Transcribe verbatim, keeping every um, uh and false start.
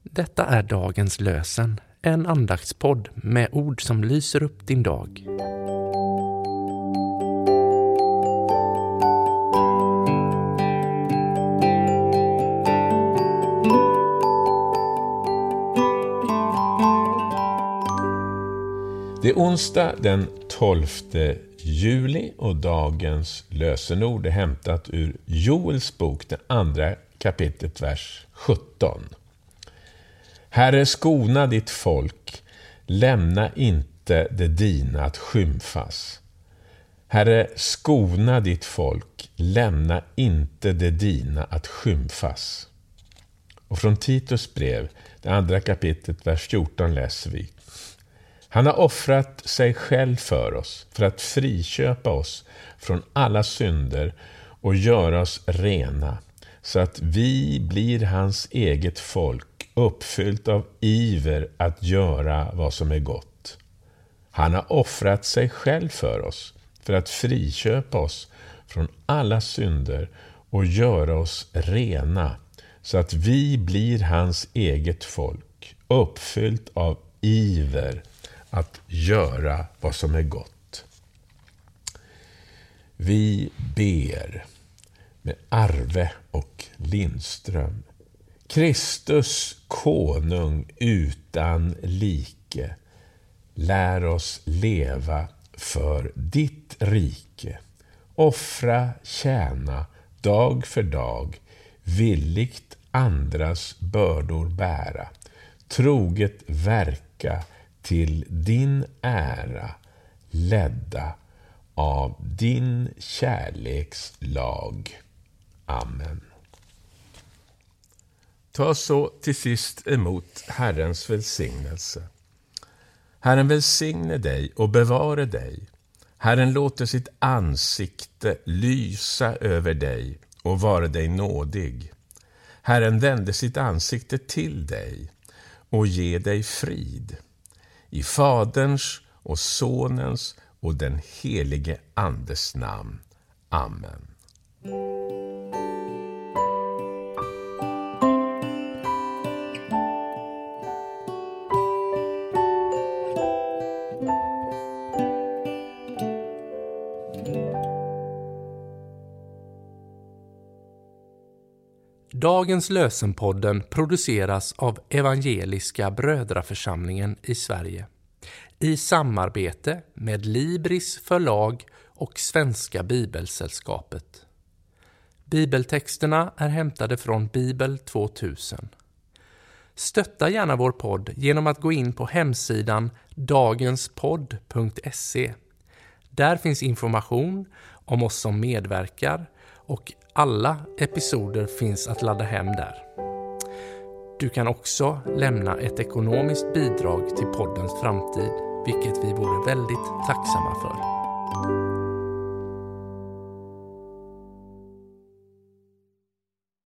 Detta är dagens lösen, en andaktspodd med ord som lyser upp din dag. Det är onsdag den tolfte juli och dagens lösenord är hämtat ur Joels bok, det andra kapitlet, vers sjutton. Herre, skona ditt folk, lämna inte det dina att skymfas. Herre, skona ditt folk, lämna inte det dina att skymfas. Och från Titus brev, det andra kapitlet, vers fjorton läser vi: Han har offrat sig själv för oss, för att friköpa oss från alla synder och göra oss rena, så att vi blir hans eget folk, uppfyllt av iver att göra vad som är gott. Han har offrat sig själv för oss, för att friköpa oss från alla synder och göra oss rena, så att vi blir hans eget folk, uppfyllt av iver att göra vad som är gott. Vi ber med Arve och Lindström. Kristus konung utan like, lär oss leva för ditt rike. Offra, tjäna, dag för dag, villigt andras bördor bära, troget verka till din ära, ledda av din kärlekslag. Amen. Ta så till sist emot Herrens välsignelse. Herren välsigne dig och bevare dig. Herren låter sitt ansikte lysa över dig och vara dig nådig. Herren vände sitt ansikte till dig och ge dig frid. I Faderns och Sonens och den helige Andes namn. Amen. Dagens lösenpodden produceras av Evangeliska Brödraförsamlingen i Sverige i samarbete med Libris förlag och Svenska Bibelsällskapet. Bibeltexterna är hämtade från Bibel tvåtusen. Stötta gärna vår podd genom att gå in på hemsidan dagenspodd punkt se. Där finns information om oss som medverkar och alla episoder finns att ladda hem där. Du kan också lämna ett ekonomiskt bidrag till poddens framtid, vilket vi vore väldigt tacksamma för.